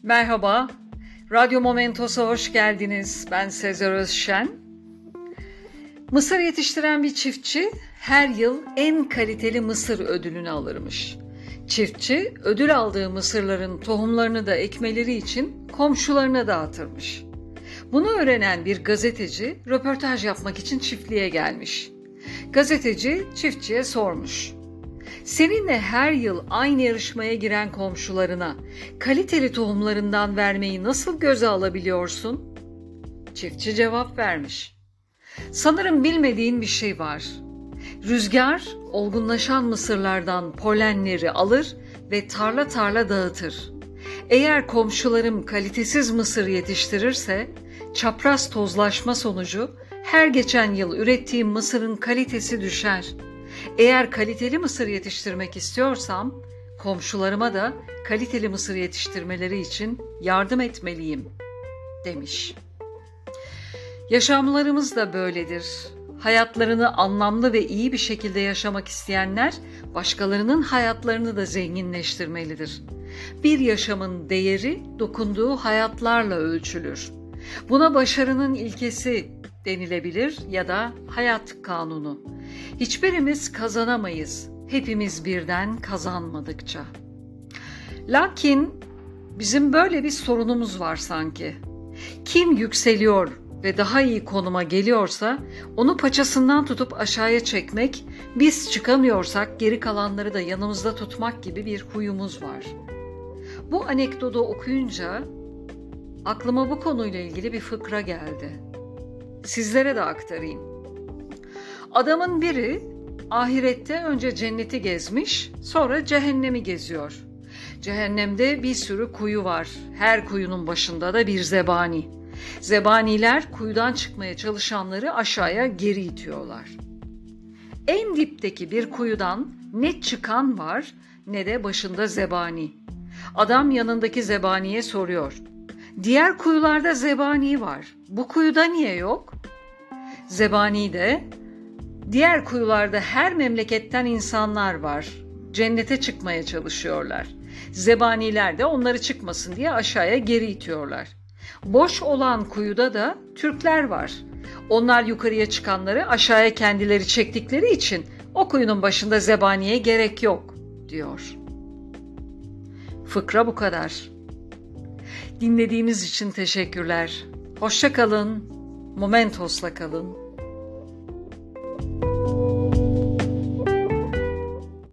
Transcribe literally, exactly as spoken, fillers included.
Merhaba, Radyo Momentos'a hoş geldiniz. Ben Sezer Özşen. Mısır yetiştiren bir çiftçi her yıl en kaliteli mısır ödülünü alırmış. Çiftçi ödül aldığı mısırların tohumlarını da ekmeleri için komşularına dağıtırmış. Bunu öğrenen bir gazeteci röportaj yapmak için çiftliğe gelmiş. Gazeteci çiftçiye sormuş. Seninle her yıl aynı yarışmaya giren komşularına kaliteli tohumlarından vermeyi nasıl göze alabiliyorsun? Çiftçi cevap vermiş. Sanırım bilmediğin bir şey var. Rüzgar olgunlaşan mısırlardan polenleri alır ve tarla tarla dağıtır. Eğer komşularım kalitesiz mısır yetiştirirse çapraz tozlaşma sonucu her geçen yıl ürettiğim mısırın kalitesi düşer. Eğer kaliteli mısır yetiştirmek istiyorsam komşularıma da kaliteli mısır yetiştirmeleri için yardım etmeliyim, demiş. Yaşamlarımız da böyledir. Hayatlarını anlamlı ve iyi bir şekilde yaşamak isteyenler başkalarının hayatlarını da zenginleştirmelidir. Bir yaşamın değeri dokunduğu hayatlarla ölçülür. Buna başarının ilkesi denilebilir ya da hayat kanunu. Hiçbirimiz kazanamayız, hepimiz birden kazanmadıkça. Lakin bizim böyle bir sorunumuz var sanki. Kim yükseliyor ve daha iyi konuma geliyorsa onu paçasından tutup aşağıya çekmek, biz çıkamıyorsak geri kalanları da yanımızda tutmak gibi bir huyumuz var. Bu anekdotu okuyunca aklıma bu konuyla ilgili bir fıkra geldi. Sizlere de aktarayım. Adamın biri ahirette önce cenneti gezmiş, sonra cehennemi geziyor. Cehennemde bir sürü kuyu var. Her kuyunun başında da bir zebani. Zebaniler kuyudan çıkmaya çalışanları aşağıya geri itiyorlar. En dipteki bir kuyudan ne çıkan var ne de başında zebani. Adam yanındaki zebaniye soruyor. Diğer kuyularda zebani var. Bu kuyuda niye yok? Zebani de, diğer kuyularda her memleketten insanlar var. Cennete çıkmaya çalışıyorlar. Zebaniler de onları çıkmasın diye aşağıya geri itiyorlar. Boş olan kuyuda da Türkler var. Onlar yukarıya çıkanları aşağıya kendileri çektikleri için o kuyunun başında zebaniye gerek yok, diyor. Fıkra bu kadar. Dinlediğiniz için teşekkürler. Hoşça kalın, Momentos'la kalın.